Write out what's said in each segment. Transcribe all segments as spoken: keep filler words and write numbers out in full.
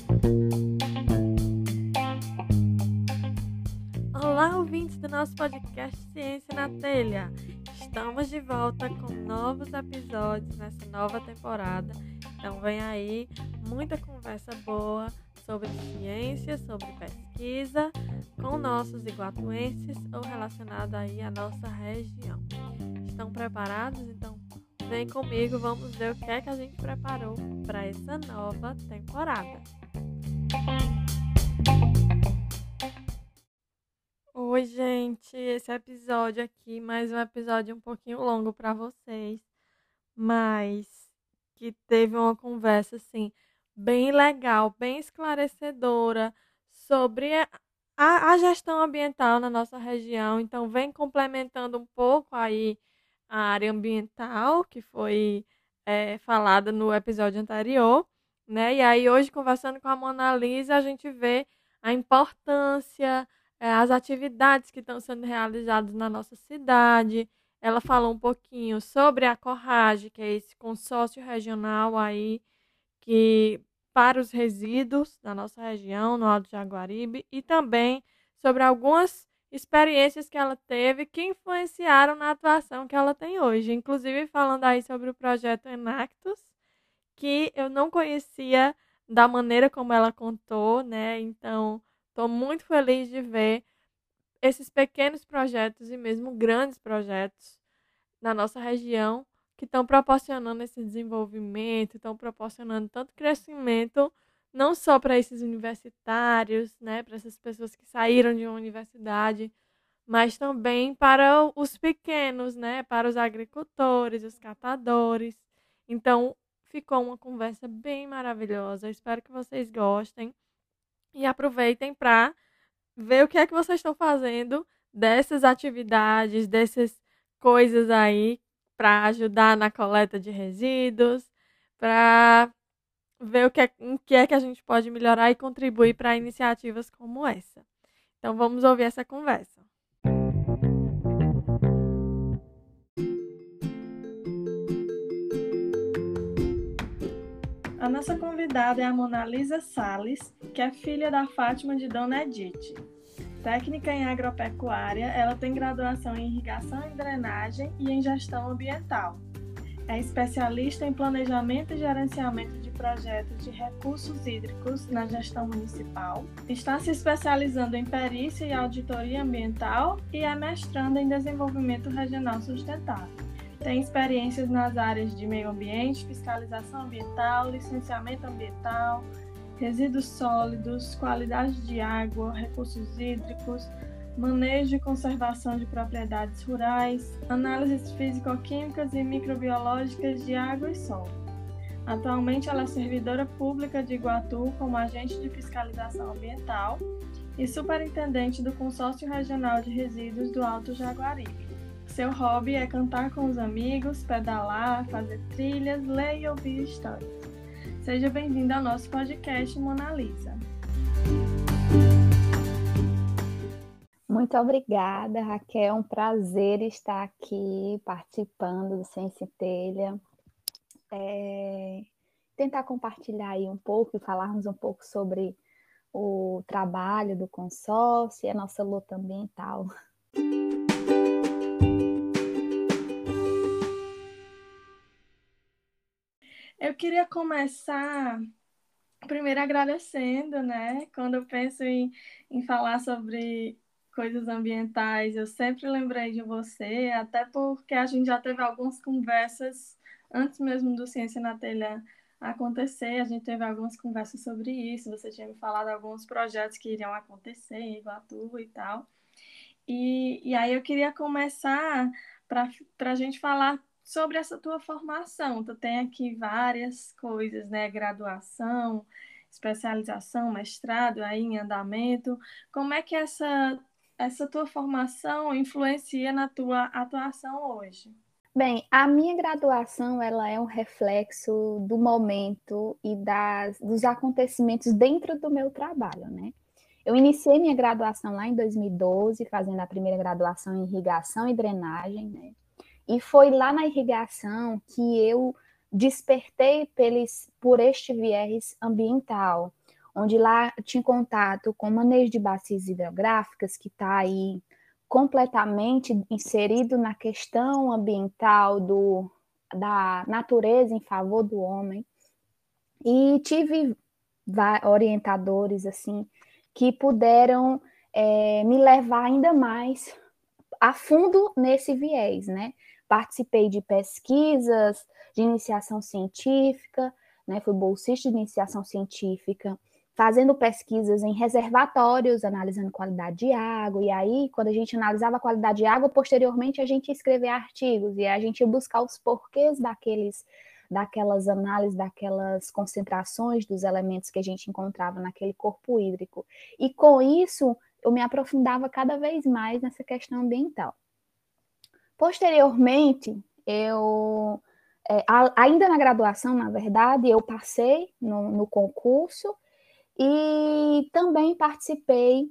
Olá, ouvintes do nosso podcast Ciência na Telha. Estamos de volta com novos episódios nessa nova temporada. Então vem aí muita conversa boa sobre ciência, sobre pesquisa, com nossos iguatuenses ou relacionado aí à nossa região. Estão preparados? Então vem comigo, vamos ver o que é que a gente preparou para essa nova temporada. Oi, gente, esse episódio aqui, mais um episódio um pouquinho longo para vocês, mas que teve uma conversa assim bem legal, bem esclarecedora sobre a, a gestão ambiental na nossa região. Então, vem complementando um pouco aí a área ambiental que foi é, falada no episódio anterior, né? E aí hoje conversando com a Mona Lisa, a gente vê a importância, é, as atividades que estão sendo realizadas na nossa cidade. Ela falou um pouquinho sobre a Corrage, que é esse consórcio regional aí que para os resíduos da nossa região, no Alto Jaguaribe, e também sobre algumas experiências que ela teve que influenciaram na atuação que ela tem hoje. Inclusive falando aí sobre o projeto Enactus, que eu não conhecia da maneira como ela contou, né? Então, estou muito feliz de ver esses pequenos projetos e mesmo grandes projetos na nossa região que estão proporcionando esse desenvolvimento, estão proporcionando tanto crescimento, não só para esses universitários, né, para essas pessoas que saíram de uma universidade, mas também para os pequenos, né, para os agricultores, os catadores. Então, ficou uma conversa bem maravilhosa. Eu espero que vocês gostem e aproveitem para ver o que é que vocês estão fazendo dessas atividades, dessas coisas aí para ajudar na coleta de resíduos, para ver o que é, em que é que a gente pode melhorar e contribuir para iniciativas como essa. Então vamos ouvir essa conversa. A nossa convidada é a Mona Lisa Salles, que é filha da Fátima de Dona Edith. Técnica em agropecuária, ela tem graduação em irrigação e drenagem e em gestão ambiental. É especialista em planejamento e gerenciamento de projetos de recursos hídricos na gestão municipal. Está se especializando em perícia e auditoria ambiental e é mestranda em desenvolvimento regional sustentável. Tem experiências nas áreas de meio ambiente, fiscalização ambiental, licenciamento ambiental, resíduos sólidos, qualidade de água, recursos hídricos, manejo e conservação de propriedades rurais, análises físico-químicas e microbiológicas de água e solo. Atualmente, ela é servidora pública de Iguatu como agente de fiscalização ambiental e superintendente do Consórcio Regional de Resíduos do Alto Jaguaribe. Seu hobby é cantar com os amigos, pedalar, fazer trilhas, ler e ouvir histórias. Seja bem-vinda ao nosso podcast, Mona Lisa. Muito obrigada, Raquel. É um prazer estar aqui participando do Ciência em Telha. É, tentar compartilhar aí um pouco e falarmos um pouco sobre o trabalho do consórcio e a nossa luta ambiental. Eu queria começar primeiro agradecendo, né? Quando eu penso em, em falar sobre coisas ambientais, eu sempre lembrei de você, até porque a gente já teve algumas conversas antes mesmo do Ciência na Telha acontecer, a gente teve algumas conversas sobre isso, você tinha me falado de alguns projetos que iriam acontecer em Iguatu e tal. E, e aí eu queria começar para a gente falar sobre essa tua formação. Tu tem aqui várias coisas, né? Graduação, especialização, mestrado aí em andamento. Como é que essa, essa tua formação influencia na tua atuação hoje? Bem, a minha graduação ela é um reflexo do momento e das, dos acontecimentos dentro do meu trabalho, né? Eu iniciei minha graduação lá em dois mil e doze, fazendo a primeira graduação em irrigação e drenagem, né? E foi lá na irrigação que eu despertei pelos, por este viés ambiental, onde lá eu tinha contato com o manejo de bacias hidrográficas, que está aí completamente inserido na questão ambiental do, da natureza em favor do homem. E tive orientadores assim que puderam é, me levar ainda mais a fundo nesse viés, né? Participei de pesquisas de iniciação científica, né? Fui bolsista de iniciação científica, fazendo pesquisas em reservatórios, analisando qualidade de água, e aí, quando a gente analisava a qualidade de água, posteriormente a gente ia escrever artigos, e a gente ia buscar os porquês daqueles, daquelas análises, daquelas concentrações dos elementos que a gente encontrava naquele corpo hídrico. E com isso, eu me aprofundava cada vez mais nessa questão ambiental. Posteriormente, eu, é, ainda na graduação, na verdade, eu passei no, no concurso e também participei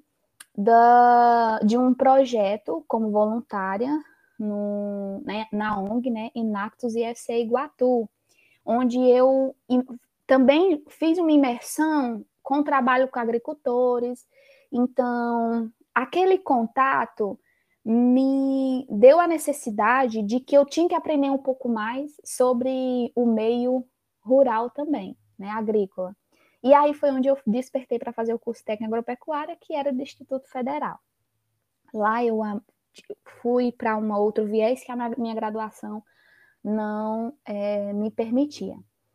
da, de um projeto como voluntária no, né, na O N G, né, Inactus I F C Iguatu, onde eu também fiz uma imersão com trabalho com agricultores. Então, aquele contato me deu a necessidade de que eu tinha que aprender um pouco mais sobre o meio rural também, né, agrícola. E aí foi onde eu despertei para fazer o curso técnico agropecuária, que era do Instituto Federal. Lá eu fui para um outro viés que a minha graduação não é, me permitia.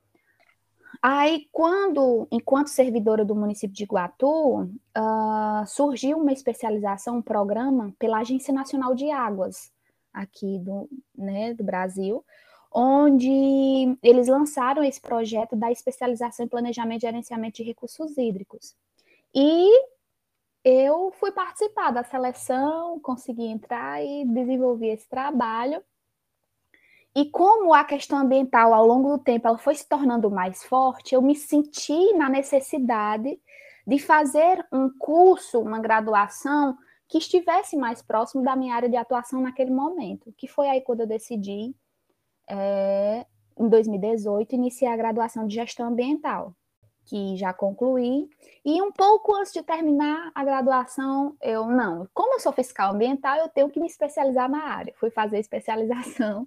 Aí, quando, enquanto servidora do município de Iguatu, uh, surgiu uma especialização, um programa pela Agência Nacional de Águas, aqui do, né, do Brasil, onde eles lançaram esse projeto da especialização em planejamento e gerenciamento de recursos hídricos. E eu fui participar da seleção, consegui entrar e desenvolver esse trabalho. E como a questão ambiental, ao longo do tempo, ela foi se tornando mais forte, eu me senti na necessidade de fazer um curso, uma graduação, que estivesse mais próximo da minha área de atuação naquele momento, que foi aí quando eu decidi, é, em dois mil e dezoito, iniciar a graduação de gestão ambiental, que já concluí, e um pouco antes de terminar a graduação, eu, não, como eu sou fiscal ambiental, eu tenho que me especializar na área. Fui fazer especialização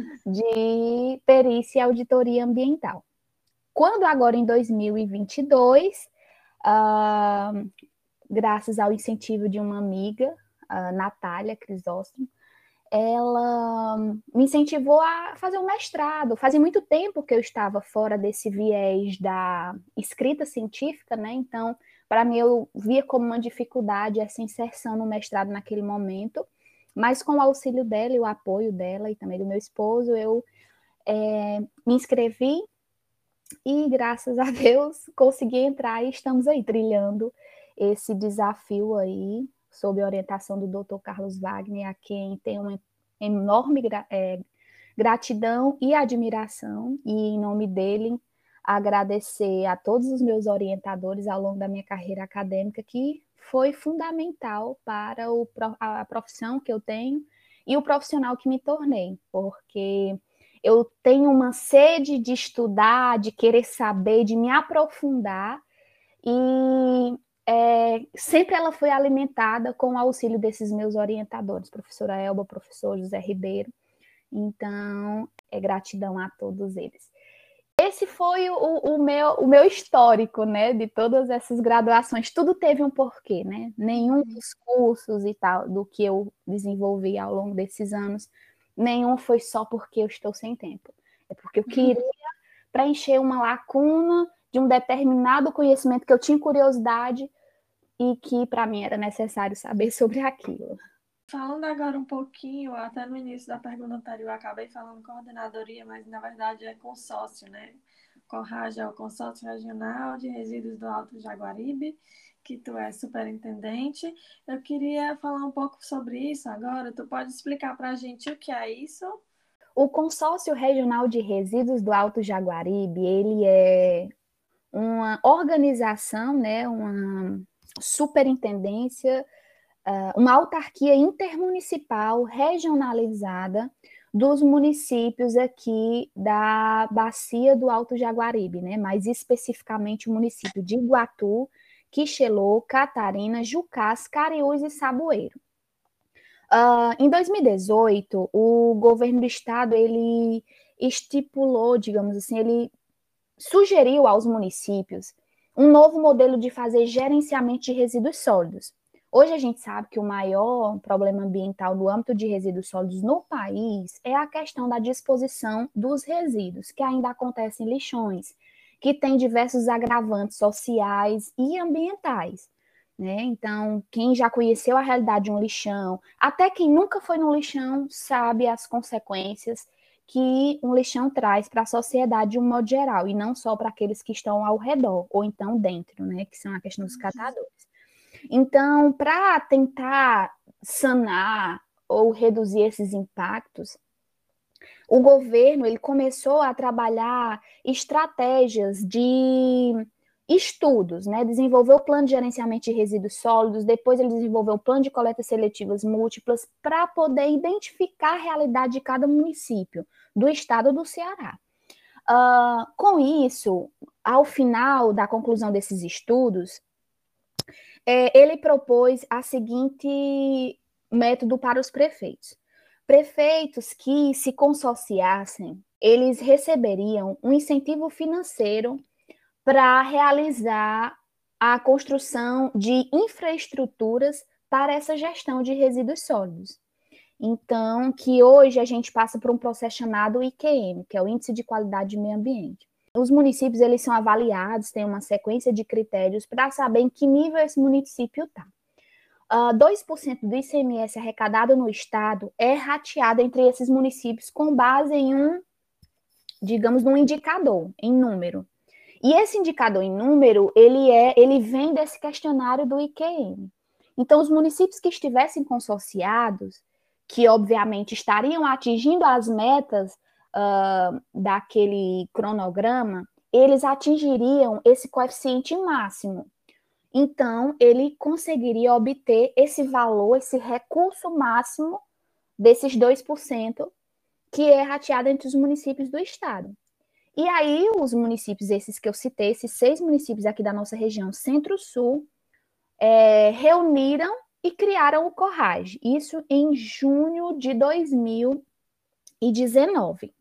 de perícia e auditoria ambiental. Quando agora, em dois mil e vinte e dois, uh, graças ao incentivo de uma amiga, a Natália Crisóstomo, ela me incentivou a fazer um mestrado. Fazia muito tempo que eu estava fora desse viés da escrita científica, né? Então, para mim, eu via como uma dificuldade essa inserção no mestrado naquele momento, mas com o auxílio dela e o apoio dela e também do meu esposo, eu é, me inscrevi e, graças a Deus, consegui entrar e estamos aí trilhando esse desafio aí, sob a orientação do doutor Carlos Wagner, a quem tenho uma enorme é, gratidão e admiração, e em nome dele agradecer a todos os meus orientadores ao longo da minha carreira acadêmica, que foi fundamental para o, a profissão que eu tenho e o profissional que me tornei, porque eu tenho uma sede de estudar, de querer saber, de me aprofundar, e é, sempre ela foi alimentada com o auxílio desses meus orientadores, professora Elba, professor José Ribeiro. Então, é gratidão a todos eles. Esse foi o, o, meu, o meu histórico, né, de todas essas graduações. Tudo teve um porquê, né? Nenhum dos cursos e tal, do que eu desenvolvi ao longo desses anos, nenhum foi só porque eu estou sem tempo. É porque eu queria preencher uma lacuna de um determinado conhecimento que eu tinha curiosidade e que para mim era necessário saber sobre aquilo. Falando agora um pouquinho, até no início da pergunta anterior, eu acabei falando coordenadoria, mas na verdade é consórcio, né? CORRAGE é o Consórcio Regional de Resíduos do Alto Jaguaribe, que tu é superintendente. Eu queria falar um pouco sobre isso agora. Tu pode explicar para a gente o que é isso? O Consórcio Regional de Resíduos do Alto Jaguaribe, ele é uma organização, né, uma superintendência, uma autarquia intermunicipal regionalizada, dos municípios aqui da Bacia do Alto Jaguaribe, né? Mais especificamente o município de Iguatu, Quixelô, Catarina, Jucás, Cariús e Saboeiro. Uh, em dois mil e dezoito, o governo do estado, ele estipulou, digamos assim, ele sugeriu aos municípios um novo modelo de fazer gerenciamento de resíduos sólidos. Hoje a gente sabe que o maior problema ambiental no âmbito de resíduos sólidos no país é a questão da disposição dos resíduos, que ainda acontece em lixões, que tem diversos agravantes sociais e ambientais. Né? Então, quem já conheceu a realidade de um lixão, até quem nunca foi no lixão, sabe as consequências que um lixão traz para a sociedade de um modo geral, e não só para aqueles que estão ao redor, ou então dentro, né? Que são a questão dos catadores. Então, para tentar sanar ou reduzir esses impactos, o governo ele começou a trabalhar estratégias de estudos, né? Desenvolveu o plano de gerenciamento de resíduos sólidos, depois ele desenvolveu o plano de coletas seletivas múltiplas para poder identificar a realidade de cada município do estado do Ceará. Uh, com isso, ao final da conclusão desses estudos, é, ele propôs a seguinte método para os prefeitos. Prefeitos que se consociassem, eles receberiam um incentivo financeiro para realizar a construção de infraestruturas para essa gestão de resíduos sólidos. Então, que hoje a gente passa por um processo chamado I Q M, que é o Índice de Qualidade de Meio Ambiente. Os municípios, eles são avaliados, tem uma sequência de critérios para saber em que nível esse município está. Uh, dois por cento do I C M S arrecadado no estado é rateado entre esses municípios com base em um, digamos, num indicador, em número. E esse indicador em número, ele, é, ele vem desse questionário do I Q M. Então, os municípios que estivessem consorciados, que obviamente estariam atingindo as metas uh, daquele cronograma, eles atingiriam esse coeficiente máximo. Então, ele conseguiria obter esse valor, esse recurso máximo desses dois por cento que é rateado entre os municípios do estado. E aí, os municípios, esses que eu citei, esses seis municípios aqui da nossa região Centro-Sul, é, reuniram e criaram o Corrage. Isso em junho de dois mil e dezenove.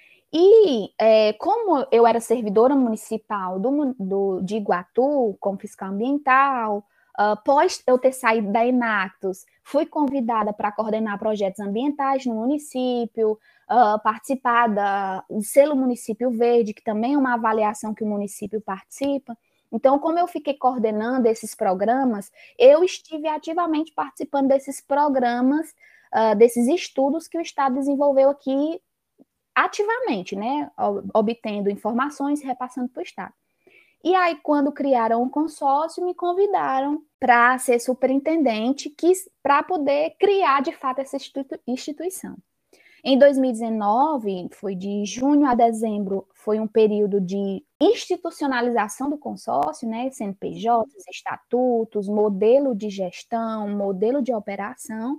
E é, como eu era servidora municipal do, do, de Iguatu, como fiscal ambiental, uh, após eu ter saído da Enactus, fui convidada para coordenar projetos ambientais no município, uh, participar da, do selo Município Verde, que também é uma avaliação que o município participa. Então, como eu fiquei coordenando esses programas, eu estive ativamente participando desses programas, uh, desses estudos que o Estado desenvolveu aqui ativamente, né, obtendo informações e repassando para o Estado. E aí, quando criaram um consórcio, me convidaram para ser superintendente, para poder criar, de fato, essa institu- instituição. Em dois mil e dezenove, foi de junho a dezembro, foi um período de institucionalização do consórcio, né, C N P Js, estatutos, modelo de gestão, modelo de operação.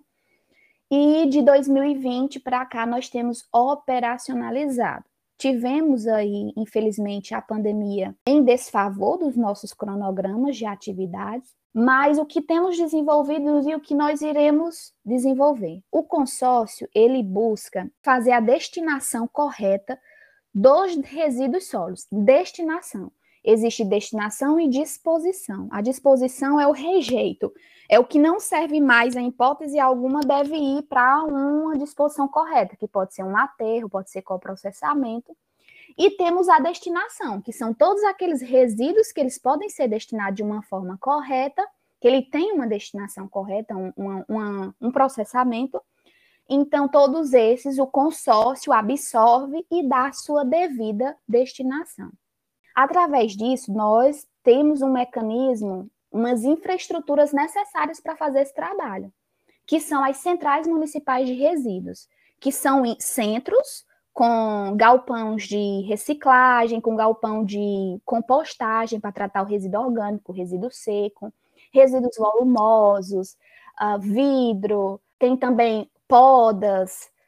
E de dois mil e vinte para cá nós temos operacionalizado. Tivemos aí, infelizmente, a pandemia em desfavor dos nossos cronogramas de atividades, mas o que temos desenvolvido e o que nós iremos desenvolver. O consórcio, ele busca fazer a destinação correta dos resíduos sólidos. Destinação. Existe destinação e disposição. A disposição é o rejeito. É o que não serve mais, em hipótese alguma, deve ir para uma disposição correta, que pode ser um aterro, pode ser coprocessamento. E temos a destinação, que são todos aqueles resíduos que eles podem ser destinados de uma forma correta, que ele tem uma destinação correta, um, uma, uma, um processamento. Então, todos esses, o consórcio absorve e dá a sua devida destinação. Através disso, nós temos um mecanismo, umas infraestruturas necessárias para fazer esse trabalho, que são as centrais municipais de resíduos, que são centros com galpões de reciclagem, com galpão de compostagem para tratar o resíduo orgânico, o resíduo seco, resíduos volumosos, uh, vidro, tem também podas,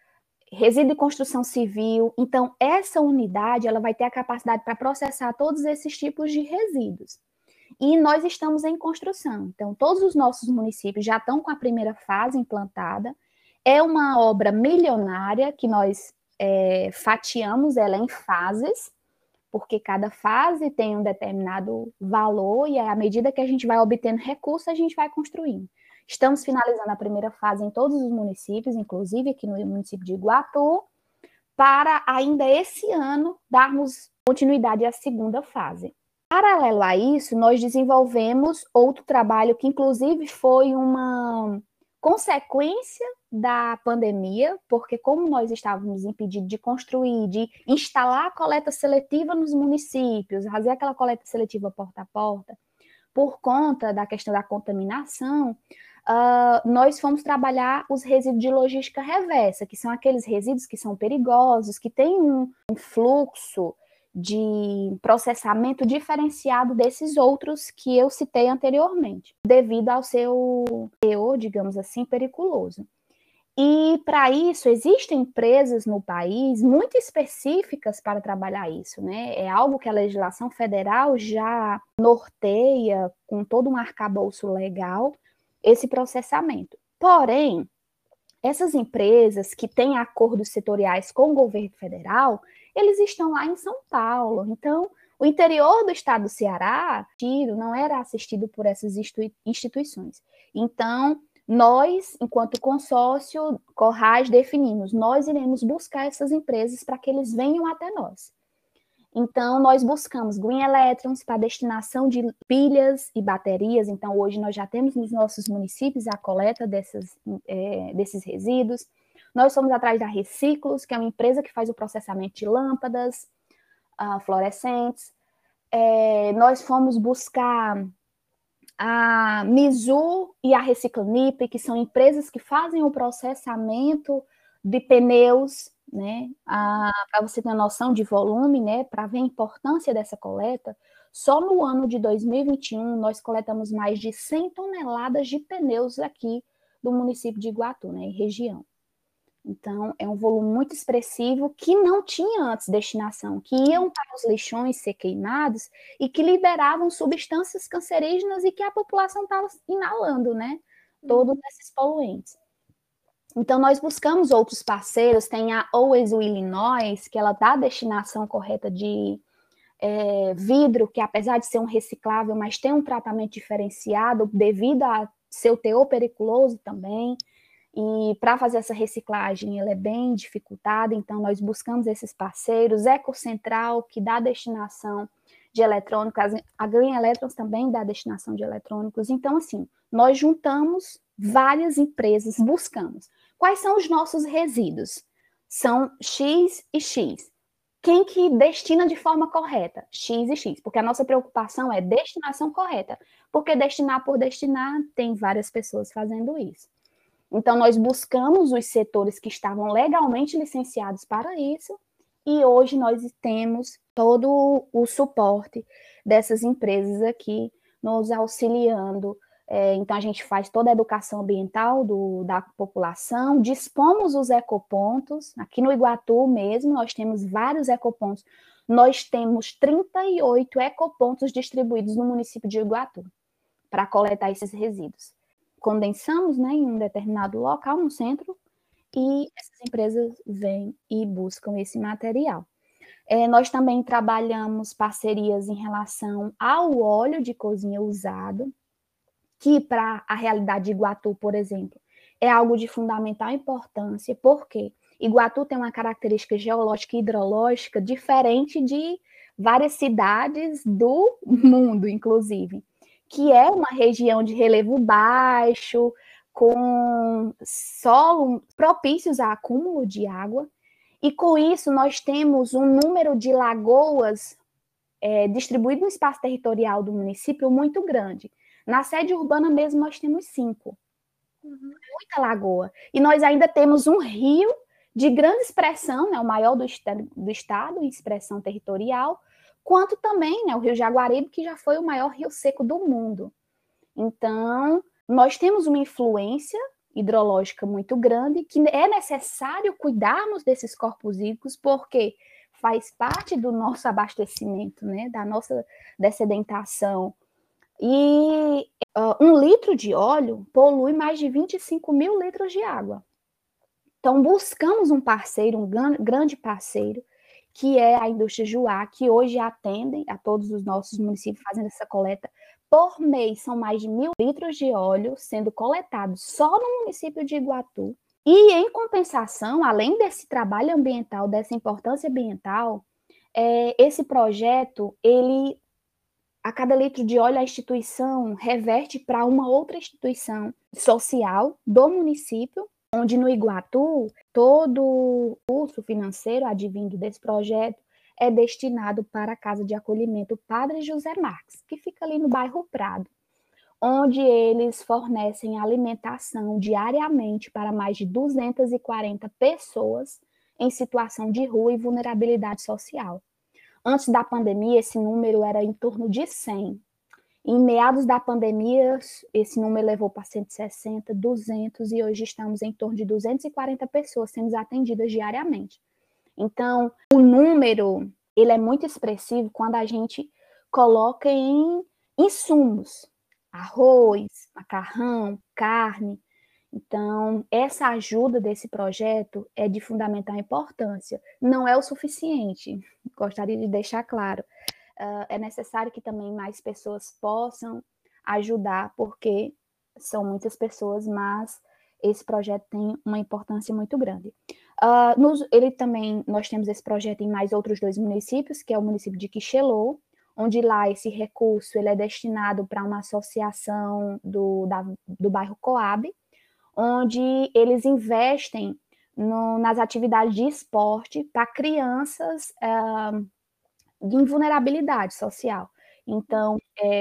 resíduo de construção civil. Então, essa unidade ela vai ter a capacidade para processar todos esses tipos de resíduos. E nós estamos em construção. Então, todos os nossos municípios já estão com a primeira fase implantada. É uma obra milionária que nós é, fatiamos ela em fases, porque cada fase tem um determinado valor e à medida que a gente vai obtendo recursos, a gente vai construindo. Estamos finalizando a primeira fase em todos os municípios, inclusive aqui no município de Iguatu, para ainda esse ano darmos continuidade à segunda fase. Paralelo a isso, nós desenvolvemos outro trabalho que, inclusive, foi uma consequência da pandemia, porque como nós estávamos impedidos de construir, de instalar a coleta seletiva nos municípios, fazer aquela coleta seletiva porta a porta, por conta da questão da contaminação, uh, nós fomos trabalhar os resíduos de logística reversa, que são aqueles resíduos que são perigosos, que têm um, um fluxo de processamento diferenciado desses outros que eu citei anteriormente, devido ao seu teor, digamos assim, periculoso. E, para isso, existem empresas no país muito específicas para trabalhar isso, né? É algo que a legislação federal já norteia com todo um arcabouço legal esse processamento. Porém, essas empresas que têm acordos setoriais com o governo federal, eles estão lá em São Paulo. Então, o interior do estado do Ceará, tiro, não era assistido por essas instituições. Então, nós, enquanto consórcio, Corrais, definimos, nós iremos buscar essas empresas para que eles venham até nós. Então, nós buscamos green electrons para destinação de pilhas e baterias. Então, hoje nós já temos nos nossos municípios a coleta dessas, é, desses resíduos. Nós fomos atrás da Reciclos, que é uma empresa que faz o processamento de lâmpadas uh, fluorescentes. É, nós fomos buscar a Mizu e a Reciclanip, que são empresas que fazem o processamento de pneus, né? Para você ter uma noção de volume, né? Para ver a importância dessa coleta, só no ano de dois mil e vinte e um nós coletamos mais de cem toneladas de pneus aqui do município de Iguatu, né? Em região. Então, é um volume muito expressivo que não tinha antes destinação, que iam para os lixões ser queimados e que liberavam substâncias cancerígenas e que a população estava inalando, né? Todos esses poluentes. Então, nós buscamos outros parceiros, tem a Always Illinois, que ela dá a destinação correta de é, vidro, que apesar de ser um reciclável, mas tem um tratamento diferenciado devido a seu teor periculoso também. E para fazer essa reciclagem, ela é bem dificultada, então nós buscamos esses parceiros, Ecocentral, que dá destinação de eletrônicos, a Green Electrons também dá destinação de eletrônicos. Então, assim, nós juntamos várias empresas, buscamos. Quais são os nossos resíduos? São X e X. Quem que destina de forma correta? X e X, porque a nossa preocupação é destinação correta, porque destinar por destinar, tem várias pessoas fazendo isso. Então, nós buscamos os setores que estavam legalmente licenciados para isso e hoje nós temos todo o suporte dessas empresas aqui nos auxiliando. É, então, a gente faz toda a educação ambiental do, da população, dispomos os ecopontos. Aqui no Iguatu mesmo, nós temos vários ecopontos. Nós temos trinta e oito ecopontos distribuídos no município de Iguatu para coletar esses resíduos. Condensamos, né, em um determinado local no centro e essas empresas vêm e buscam esse material. É, nós também trabalhamos parcerias em relação ao óleo de cozinha usado, que para a realidade de Iguatu, por exemplo, é algo de fundamental importância, porque Iguatu tem uma característica geológica e hidrológica diferente de várias cidades do mundo, inclusive, que é uma região de relevo baixo, com solo propícios a acúmulo de água, e com isso nós temos um número de lagoas é, distribuído no espaço territorial do município muito grande. Na sede urbana mesmo nós temos cinco. Uhum. Muita lagoa. E nós ainda temos um rio de grande expressão, né, o maior do, do estado em expressão territorial, quanto também, né, o Rio Jaguaribe, que já foi o maior rio seco do mundo. Então, nós temos uma influência hidrológica muito grande, que é necessário cuidarmos desses corpos hídricos, porque faz parte do nosso abastecimento, né, da nossa dessedentação. E uh, um litro de óleo polui mais de vinte e cinco mil litros de água. Então, buscamos um parceiro, um grande parceiro, que é a indústria Juá, que hoje atendem a todos os nossos municípios fazendo essa coleta. Por mês, são mais de mil litros de óleo sendo coletados só no município de Iguatu. E, em compensação, além desse trabalho ambiental, dessa importância ambiental, é, esse projeto, ele, a cada litro de óleo, a instituição reverte para uma outra instituição social do município, onde no Iguatu, todo o recurso financeiro advindo desse projeto é destinado para a Casa de Acolhimento Padre José Marques, que fica ali no bairro Prado, onde eles fornecem alimentação diariamente para mais de duzentas e quarenta pessoas em situação de rua e vulnerabilidade social. Antes da pandemia, esse número era em torno de cem. Em meados da pandemia, esse número levou para cento e sessenta, duzentos, e hoje estamos em torno de duzentas e quarenta pessoas sendo atendidas diariamente. Então, o número, ele é muito expressivo quando a gente coloca em insumos, arroz, macarrão, carne. Então, essa ajuda desse projeto é de fundamental importância. Não é o suficiente, gostaria de deixar claro. Uh, é necessário que também mais pessoas possam ajudar, porque são muitas pessoas, mas esse projeto tem uma importância muito grande. Uh, nos, ele também, nós temos esse projeto em mais outros dois municípios, que é o município de Quixelô, onde lá esse recurso ele é destinado para uma associação do, da, do bairro Coab, onde eles investem no, nas atividades de esporte para crianças uh, em vulnerabilidade social. Então,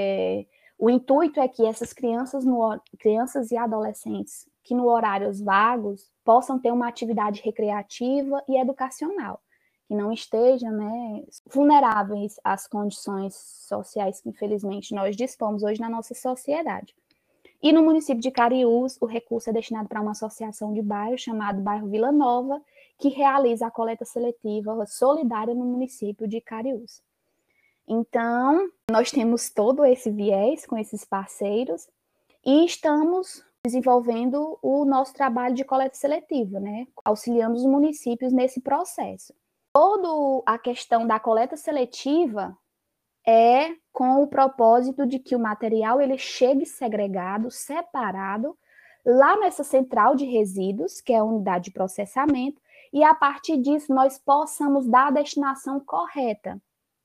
é, o intuito é que essas crianças, no, crianças e adolescentes que no horários vagos possam ter uma atividade recreativa e educacional, que não estejam, né, vulneráveis às condições sociais que, infelizmente, nós dispomos hoje na nossa sociedade. E no município de Cariús, o recurso é destinado para uma associação de bairro chamada Bairro Vila Nova, que realiza a coleta seletiva solidária no município de Cariús. Então, nós temos todo esse viés com esses parceiros e estamos desenvolvendo o nosso trabalho de coleta seletiva, né? Auxiliando os municípios nesse processo. Toda a questão da coleta seletiva é com o propósito de que o material ele chegue segregado, separado, lá nessa central de resíduos, que é a unidade de processamento, e a partir disso nós possamos dar a destinação correta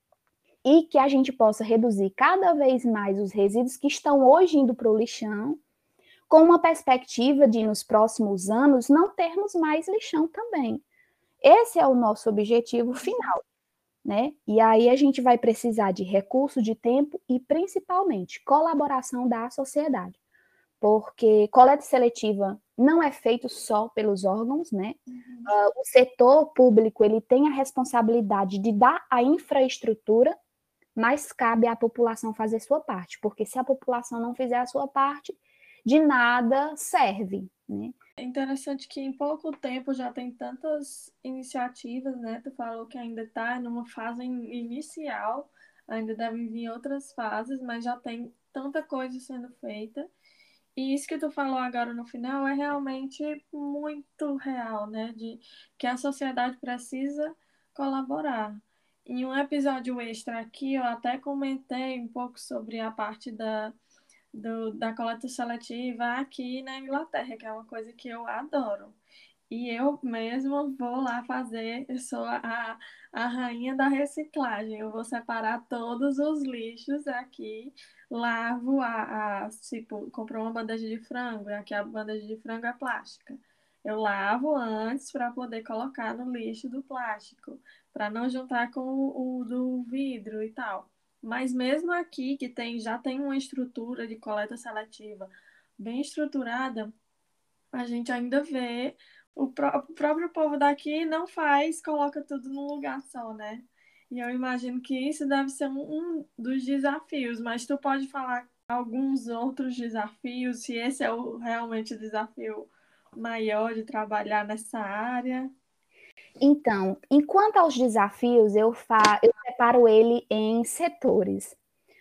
e que a gente possa reduzir cada vez mais os resíduos que estão hoje indo para o lixão, com uma perspectiva de, nos próximos anos, não termos mais lixão também. Esse é o nosso objetivo final, né? E aí a gente vai precisar de recurso, de tempo e, principalmente, colaboração da sociedade. Porque coleta seletiva não é feito só pelos órgãos, né? Uhum. Uh, o setor público ele tem a responsabilidade de dar a infraestrutura, mas cabe à população fazer sua parte, porque se a população não fizer a sua parte, de nada serve, né? É interessante que em pouco tempo já tem tantas iniciativas, né? Tu falou que ainda está numa fase inicial, ainda devem vir outras fases, mas já tem tanta coisa sendo feita. E isso que tu falou agora no final é realmente muito real, né? De que a sociedade precisa colaborar. Em um episódio extra aqui, eu até comentei um pouco sobre a parte da, do, da coleta seletiva aqui na Inglaterra, que é uma coisa que eu adoro. E eu mesma vou lá fazer, eu sou a, a rainha da reciclagem. Eu vou separar todos os lixos aqui, lavo a, a tipo, comprou uma bandeja de frango, e aqui a bandeja de frango é plástica. Eu lavo antes para poder colocar no lixo do plástico, para não juntar com o, o do vidro e tal. Mas mesmo aqui, que tem, já tem uma estrutura de coleta seletiva bem estruturada, a gente ainda vê o, pró o próprio povo daqui não faz, coloca tudo num lugar só, né? E eu imagino que isso deve ser um, um dos desafios, mas tu pode falar alguns outros desafios, se esse é o, realmente o desafio maior de trabalhar nessa área? Então, enquanto aos desafios, eu, fa eu separo ele em setores.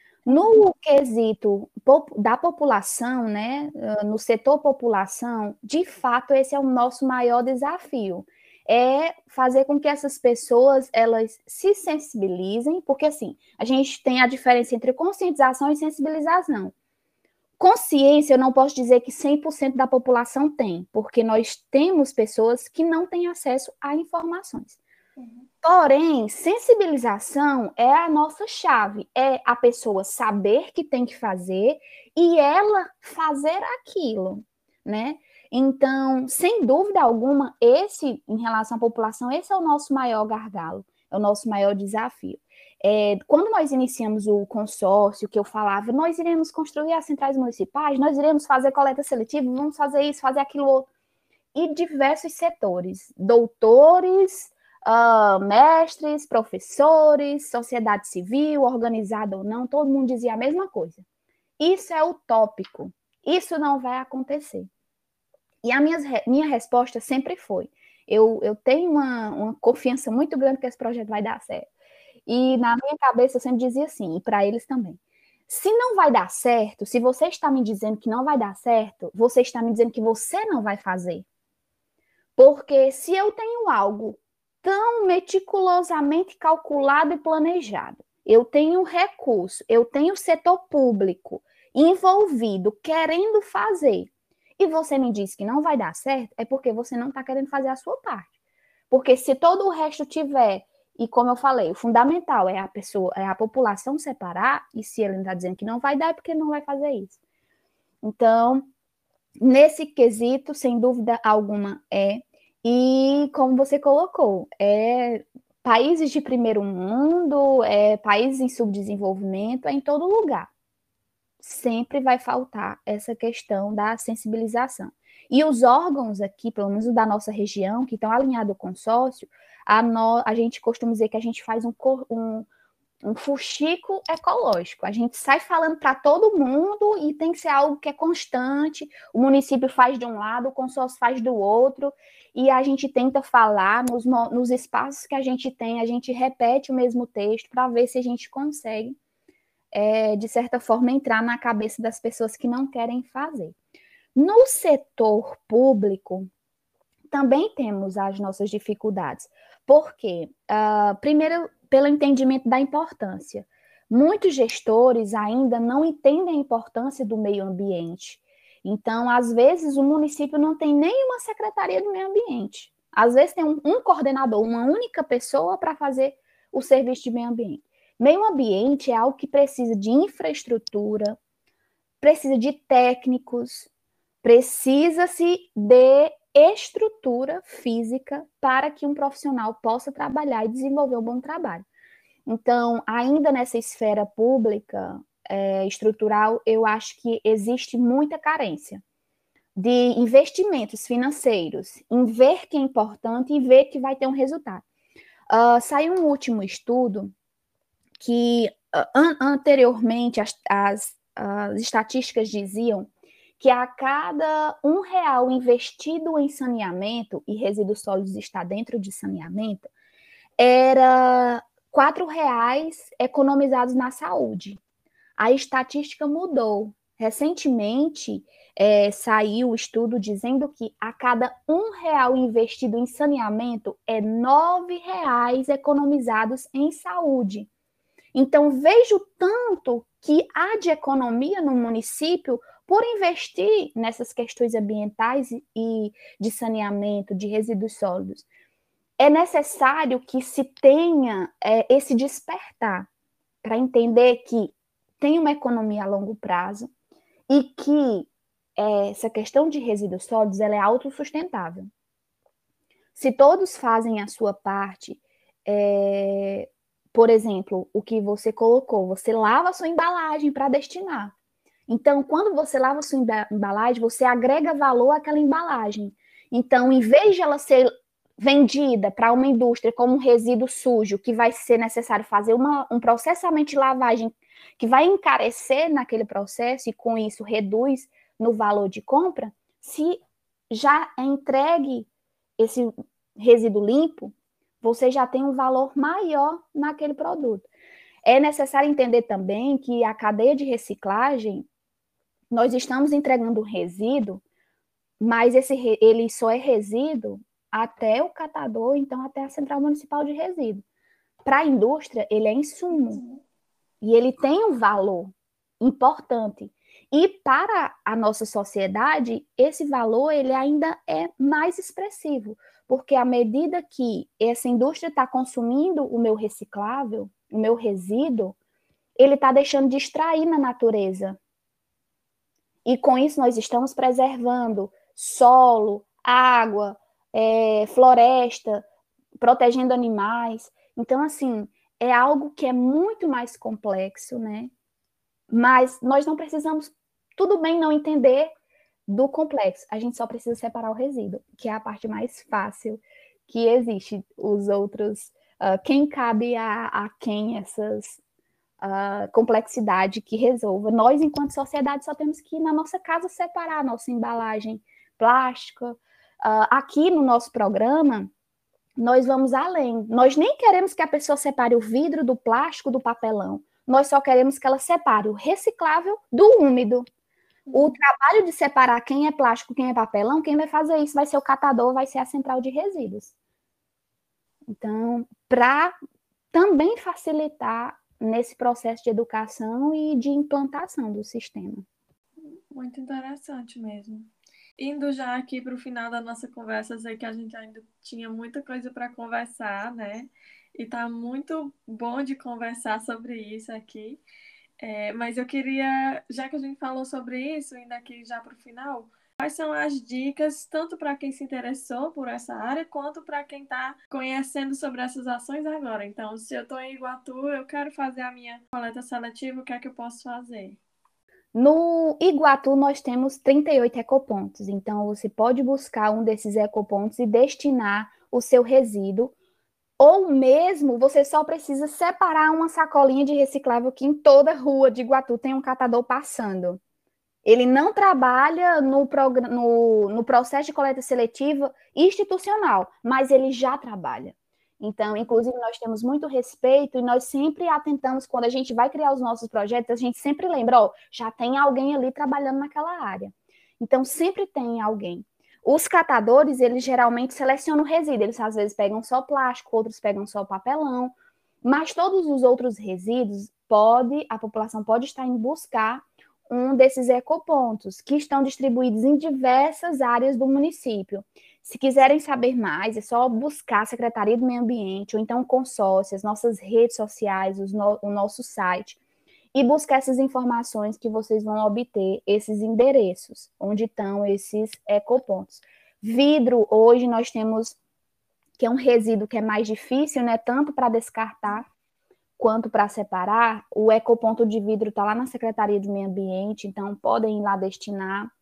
No quesito da população, né, no setor população, de fato, esse é o nosso maior desafio, é fazer com que essas pessoas, elas se sensibilizem, porque assim, a gente tem a diferença entre conscientização e sensibilização. Consciência, eu não posso dizer que cem por cento da população tem, porque nós temos pessoas que não têm acesso a informações. Uhum. Porém, sensibilização é a nossa chave, é a pessoa saber que tem que fazer e ela fazer aquilo, né? Então, sem dúvida alguma, esse, em relação à população, esse é o nosso maior gargalo, é o nosso maior desafio. É, quando nós iniciamos o consórcio, que eu falava, nós iremos construir as centrais municipais, nós iremos fazer coleta seletiva, vamos fazer isso, fazer aquilo outro. E diversos setores, doutores, uh, mestres, professores, sociedade civil, organizada ou não, todo mundo dizia a mesma coisa. Isso é utópico, isso não vai acontecer. E a minha, minha resposta sempre foi, eu, eu tenho uma, uma confiança muito grande que esse projeto vai dar certo. E na minha cabeça eu sempre dizia assim, e para eles também. Se não vai dar certo, se você está me dizendo que não vai dar certo, você está me dizendo que você não vai fazer. Porque se eu tenho algo tão meticulosamente calculado e planejado, eu tenho recurso, eu tenho setor público envolvido, querendo fazer, e você me diz que não vai dar certo, é porque você não está querendo fazer a sua parte. Porque se todo o resto tiver, e como eu falei, o fundamental é a pessoa, é a população separar, e se ele está dizendo que não vai dar, é porque ele não vai fazer isso. Então, nesse quesito, sem dúvida alguma, é. E como você colocou, é países de primeiro mundo, é países em subdesenvolvimento, é em todo lugar. Sempre vai faltar essa questão da sensibilização. E os órgãos aqui, pelo menos da nossa região, que estão alinhados ao consórcio, a, no, a gente costuma dizer que a gente faz um, um, um fuxico ecológico. A gente sai falando para todo mundo e tem que ser algo que é constante. O município faz de um lado, o consórcio faz do outro, e a gente tenta falar nos, nos espaços que a gente tem, a gente repete o mesmo texto para ver se a gente consegue, é, de certa forma, entrar na cabeça das pessoas que não querem fazer. No setor público, também temos as nossas dificuldades. Por quê? Uh, primeiro, pelo entendimento da importância. Muitos gestores ainda não entendem a importância do meio ambiente. Então, às vezes, o município não tem nenhuma secretaria do meio ambiente. Às vezes, tem um, um coordenador, uma única pessoa para fazer o serviço de meio ambiente. Meio ambiente é algo que precisa de infraestrutura, precisa de técnicos, precisa-se de estrutura física para que um profissional possa trabalhar e desenvolver um bom trabalho. Então, ainda nessa esfera pública, é, estrutural, eu acho que existe muita carência de investimentos financeiros, em ver que é importante e ver que vai ter um resultado. Uh, saiu um último estudo que uh, an anteriormente as, as, as estatísticas diziam que a cada um real investido em saneamento, e resíduos sólidos está dentro de saneamento, era quatro reais economizados na saúde. A estatística mudou. Recentemente, é, saiu o estudo dizendo que a cada um real investido em saneamento é nove reais economizados em saúde. Então, vejo tanto que há de economia no município por investir nessas questões ambientais e de saneamento, de resíduos sólidos. É necessário que se tenha é, esse despertar para entender que tem uma economia a longo prazo e que é, essa questão de resíduos sólidos ela é autossustentável. Se todos fazem a sua parte, é, por exemplo, o que você colocou, você lava a sua embalagem para destinar. Então, quando você lava a sua embalagem, você agrega valor àquela embalagem. Então, em vez de ela ser vendida para uma indústria como um resíduo sujo, que vai ser necessário fazer uma, um processamento de lavagem que vai encarecer naquele processo e com isso reduz no valor de compra, se já é entregue esse resíduo limpo, você já tem um valor maior naquele produto. É necessário entender também que a cadeia de reciclagem, nós estamos entregando um resíduo, mas esse, ele só é resíduo até o catador, então até a Central Municipal de Resíduos. Para a indústria, ele é insumo. E ele tem um valor importante. E para a nossa sociedade, esse valor ele ainda é mais expressivo, porque à medida que essa indústria está consumindo o meu reciclável, o meu resíduo, ele está deixando de extrair na natureza. E com isso nós estamos preservando solo, água, é, floresta, protegendo animais. Então, assim, é algo que é muito mais complexo, né? Mas nós não precisamos, tudo bem não entender do complexo, a gente só precisa separar o resíduo, que é a parte mais fácil que existe. Os outros, uh, quem cabe a, a quem essas uh, complexidade que resolva. Nós, enquanto sociedade, só temos que ir na nossa casa separar a nossa embalagem plástica. Uh, aqui no nosso programa, nós vamos além. Nós nem queremos que a pessoa separe o vidro do plástico do papelão. Nós só queremos que ela separe o reciclável do úmido. O trabalho de separar quem é plástico, quem é papelão, quem vai fazer isso vai ser o catador, vai ser a central de resíduos. Então, para também facilitar nesse processo de educação e de implantação do sistema. Muito interessante mesmo. Indo já aqui para o final da nossa conversa, sei que a gente ainda tinha muita coisa para conversar, né? E tá muito bom de conversar sobre isso aqui. É, mas eu queria, já que a gente falou sobre isso, indo aqui já para o final, quais são as dicas, tanto para quem se interessou por essa área, quanto para quem está conhecendo sobre essas ações agora? Então, se eu estou em Iguatu, eu quero fazer a minha coleta seletiva, o que é que eu posso fazer? No Iguatu, nós temos trinta e oito ecopontos, então você pode buscar um desses ecopontos e destinar o seu resíduo, ou mesmo você só precisa separar uma sacolinha de reciclável que em toda rua de Iguatu tem um catador passando. Ele não trabalha no, no, no processo de coleta seletiva institucional, mas ele já trabalha. Então, inclusive, nós temos muito respeito e nós sempre atentamos, quando a gente vai criar os nossos projetos, a gente sempre lembra, ó, já tem alguém ali trabalhando naquela área. Então, sempre tem alguém. Os catadores, eles geralmente selecionam o resíduo, eles às vezes pegam só plástico, outros pegam só papelão, mas todos os outros resíduos, pode, a população pode estar indo buscar um desses ecopontos, que estão distribuídos em diversas áreas do município. Se quiserem saber mais, é só buscar a Secretaria do Meio Ambiente, ou então o consórcio, as nossas redes sociais, no, o nosso site, e buscar essas informações que vocês vão obter, esses endereços, onde estão esses ecopontos. Vidro, hoje nós temos, que é um resíduo que é mais difícil, né, tanto para descartar, quanto para separar. O ecoponto de vidro está lá na Secretaria do Meio Ambiente, então podem ir lá destinar.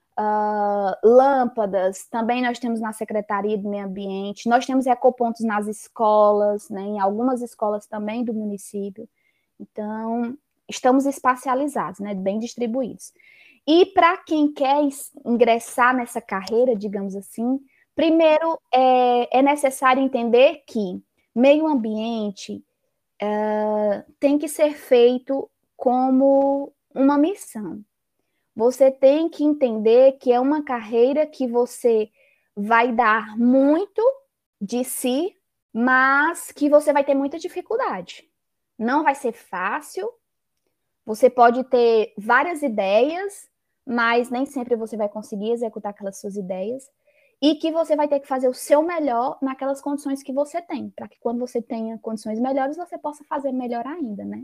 Uh, lâmpadas, também nós temos na Secretaria do Meio Ambiente. Nós temos ecopontos nas escolas, né, em algumas escolas também do município. Então, estamos espacializados, né, bem distribuídos. E para quem quer ingressar nessa carreira, digamos assim, primeiro é, é necessário entender que meio ambiente Uh, tem que ser feito como uma missão. Você tem que entender que é uma carreira que você vai dar muito de si, mas que você vai ter muita dificuldade. Não vai ser fácil. Você pode ter várias ideias, mas nem sempre você vai conseguir executar aquelas suas ideias. E que você vai ter que fazer o seu melhor naquelas condições que você tem, para que quando você tenha condições melhores, você possa fazer melhor ainda, né?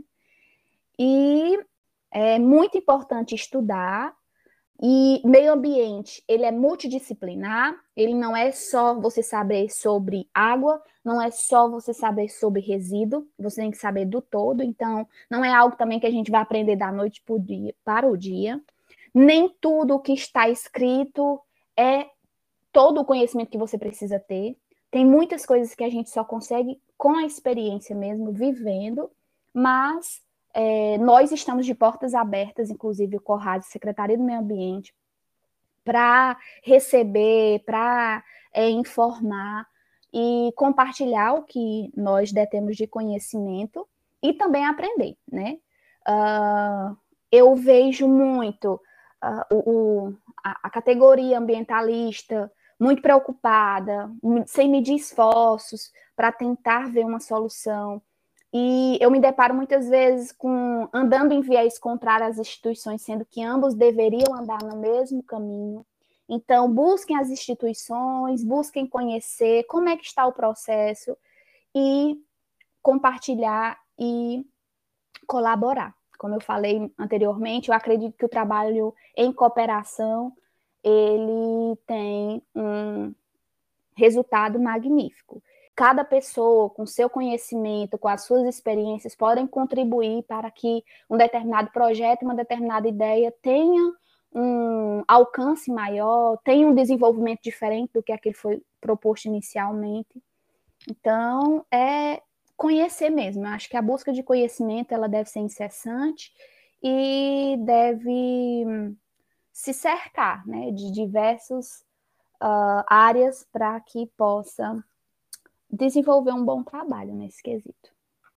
E é muito importante estudar, e meio ambiente, ele é multidisciplinar, ele não é só você saber sobre água, não é só você saber sobre resíduo, você tem que saber do todo, então não é algo também que a gente vai aprender da noite pro dia, para o dia. Nem tudo o que está escrito é todo o conhecimento que você precisa ter. Tem muitas coisas que a gente só consegue com a experiência mesmo, vivendo, mas é, nós estamos de portas abertas, inclusive o Corrado, Secretaria do Meio Ambiente, para receber, para é, informar e compartilhar o que nós detemos de conhecimento e também aprender, né? Uh, eu vejo muito uh, o, a, a categoria ambientalista muito preocupada, sem medir esforços para tentar ver uma solução. E eu me deparo muitas vezes com andando em viés contrário às instituições, sendo que ambos deveriam andar no mesmo caminho. Então, busquem as instituições, busquem conhecer como é que está o processo e compartilhar e colaborar. Como eu falei anteriormente, eu acredito que o trabalho em cooperação, ele tem um resultado magnífico. Cada pessoa, com seu conhecimento, com as suas experiências, podem contribuir para que um determinado projeto, uma determinada ideia tenha um alcance maior, tenha um desenvolvimento diferente do que aquele foi proposto inicialmente. Então, é conhecer mesmo. Eu acho que a busca de conhecimento ela deve ser incessante e deve se cercar, né, de diversas uh, áreas para que possa desenvolver um bom trabalho nesse quesito.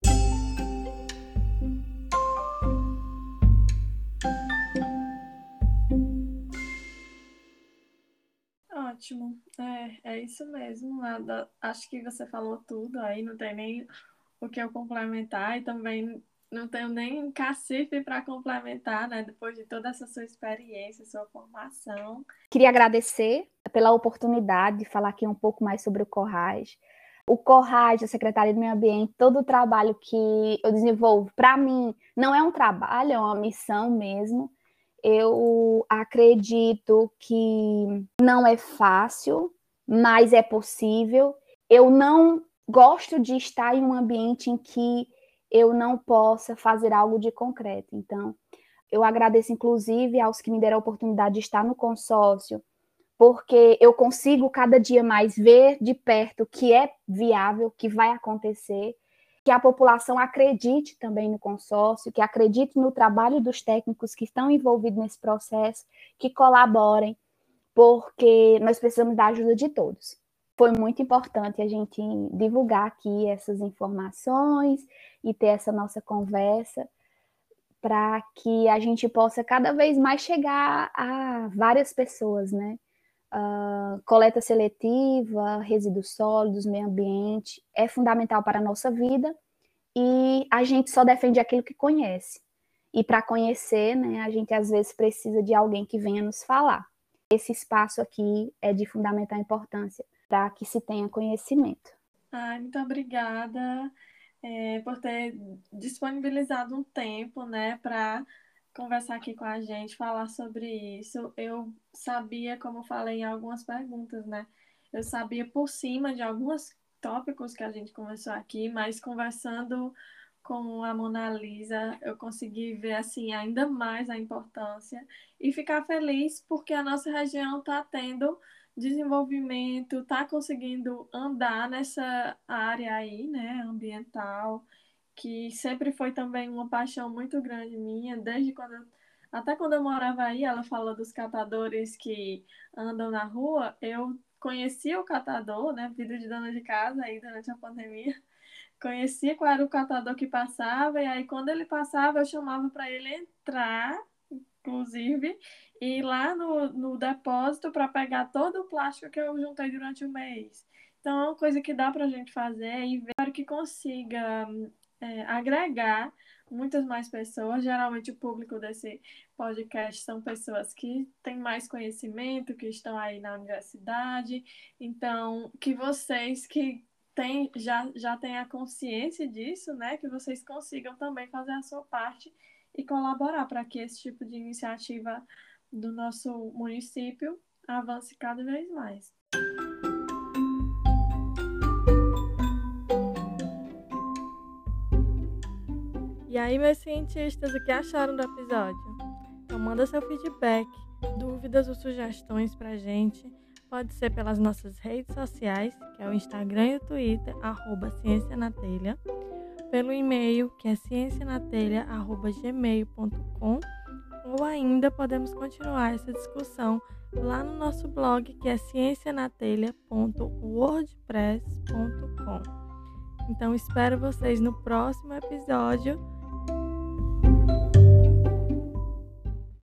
Ótimo, é, é isso mesmo. Nada, acho que você falou tudo aí, não tem nem o que eu complementar e também não tenho nem cacife para complementar, né? Depois de toda essa sua experiência, sua formação. Queria agradecer pela oportunidade de falar aqui um pouco mais sobre o Corrage. O Corrage, a Secretaria do Meio Ambiente, todo o trabalho que eu desenvolvo, para mim, não é um trabalho, é uma missão mesmo. Eu acredito que não é fácil, mas é possível. Eu não gosto de estar em um ambiente em que eu não possa fazer algo de concreto. Então, eu agradeço, inclusive, aos que me deram a oportunidade de estar no consórcio, porque eu consigo cada dia mais ver de perto que é viável, que vai acontecer, que a população acredite também no consórcio, que acredite no trabalho dos técnicos que estão envolvidos nesse processo, que colaborem, porque nós precisamos da ajuda de todos. Foi muito importante a gente divulgar aqui essas informações e ter essa nossa conversa para que a gente possa cada vez mais chegar a várias pessoas, né? Uh, coleta seletiva, resíduos sólidos, meio ambiente, é fundamental para a nossa vida e a gente só defende aquilo que conhece. E para conhecer, né, a gente às vezes precisa de alguém que venha nos falar. Esse espaço aqui é de fundamental importância para que se tenha conhecimento. Ai, muito obrigada é, por ter disponibilizado um tempo, né, para conversar aqui com a gente, falar sobre isso. Eu sabia, como eu falei em algumas perguntas, né? Eu sabia por cima de alguns tópicos que a gente conversou aqui, mas conversando com a Mona Lisa, eu consegui ver assim ainda mais a importância e ficar feliz porque a nossa região está tendo desenvolvimento, está conseguindo andar nessa área aí, né, ambiental, que sempre foi também uma paixão muito grande minha, desde quando eu, até quando eu morava aí, ela falou dos catadores que andam na rua, eu conhecia o catador, né, vida de dona de casa aí durante a pandemia, conhecia qual era o catador que passava, e aí quando ele passava, eu chamava para ele entrar, inclusive, e ir lá no, no depósito para pegar todo o plástico que eu juntei durante o mês. Então, é uma coisa que dá para a gente fazer e ver que consiga é, agregar muitas mais pessoas. Geralmente, o público desse podcast são pessoas que têm mais conhecimento, que estão aí na universidade. Então, que vocês que tem, já, já têm a consciência disso, né? Que vocês consigam também fazer a sua parte e colaborar para que esse tipo de iniciativa do nosso município avance cada vez mais. E aí, meus cientistas, o que acharam do episódio? Então, manda seu feedback, dúvidas ou sugestões pra gente. Pode ser pelas nossas redes sociais, que é o Instagram e o Twitter, arroba Ciência na Telha. Pelo e-mail, que é ciencianatelha arroba gmail ponto com. ou ainda podemos continuar essa discussão lá no nosso blog, que é ciência na telha ponto wordpress ponto com. Então espero vocês no próximo episódio.